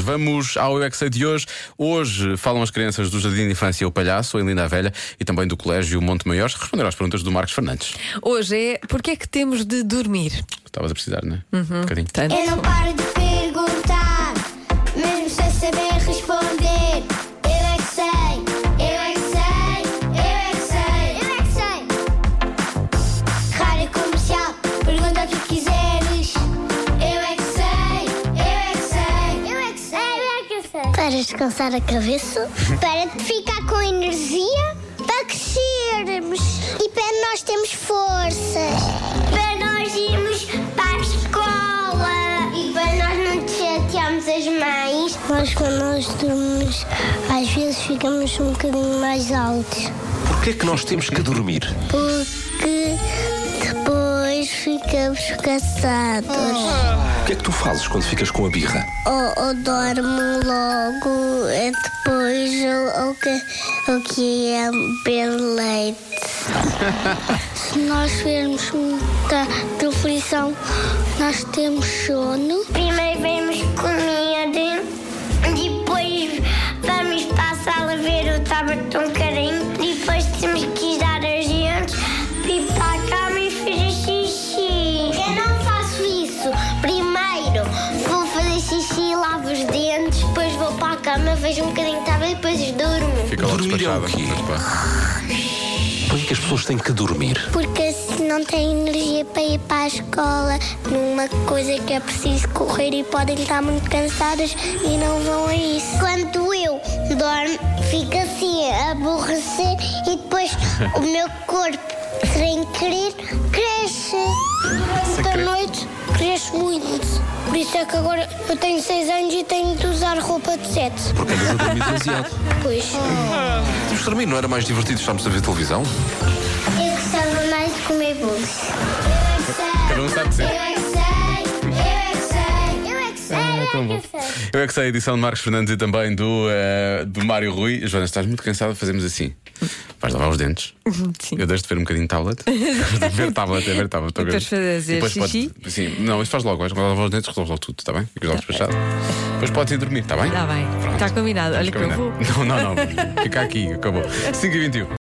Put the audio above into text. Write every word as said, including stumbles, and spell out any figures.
Vamos ao Eu é que Sei de hoje. Hoje falam as crianças do Jardim de Infância O Palhaço, em Linda a Velha, e também do Colégio Monte Maior. Responderam às perguntas do Marcos Fernandes. Hoje é porque é que temos de dormir? Estavas a precisar, não é? Uhum. Um bocadinho. Tanto. Eu não paro de perguntar, mesmo sem saber responder. Eu é que sei, eu é que sei, eu é que sei, eu é que sei. Rádio Comercial, pergunta o que quiseres. Eu é que sei, eu é que sei, eu é que sei, eu é que sei. Para descansar a cabeça, para ficar com energia, para crescermos e para nós termos forças, para nós irmos para a escola e para nós não chatearmos as mães. Nós, quando nós dormimos, às vezes ficamos um bocadinho mais altos, Porquê é que nós temos que dormir? porque depois ficamos cansados. O que é que tu fazes quando ficas com a birra? Ou, ou dormo logo, e depois ou, ou que, ou que é beber leite. Se nós vermos muita televisão, nós temos sono. Primeiro vemos comida, depois vamos para a sala a ver o tábua tão carinho, depois temos que ir dar as dentes, ir para a cama e fazer xixi. Eu não faço isso. Primeiro vou fazer xixi, lavo os dentes, depois vou para a cama, vejo um bocadinho de tábua e depois durmo. Fica logo Dormir é o despachada. quê? Mas pá. Porquê que as pessoas têm que dormir? Porque se não têm energia para ir para a escola, numa coisa que é preciso correr e podem estar muito cansadas e não vão a isso. Quando eu dormo, fico assim a aborrecer e depois o meu corpo, sem querer, cresce. Durante a noite, cresce muito. Por isso é que agora eu tenho seis anos e tenho de usar roupa de sete. Porque andas a dormir demasiado. Pois. Temos de dormir, não era mais divertido estarmos a ver televisão? Eu gostava mais de comer bolos. Cada um sabe dizer. Eu é que sei, eu é que sei, eu é que sei, eu é Tão bom. que sei. Eu é que sei, a edição de Marcos Fernandes e também do, eh, do Mário Rui. Joana, estás muito cansada, fazemos assim. Vais lavar os dentes. Sim. Eu deixo de ver um bocadinho de tablet. ver tablet, é ver tablet. estou a ver. depois fazer E depois xixi? podes- Sim, não, isso faz logo. Vais lavar os dentes, resolves logo tudo, está bem? Ficas logo despachado. Depois podes ir dormir, está bem? Está bem, Pronto. está combinado. Olha que eu Combinado. vou. Não, não, não. Fica aqui, acabou. cinco e vinte e um.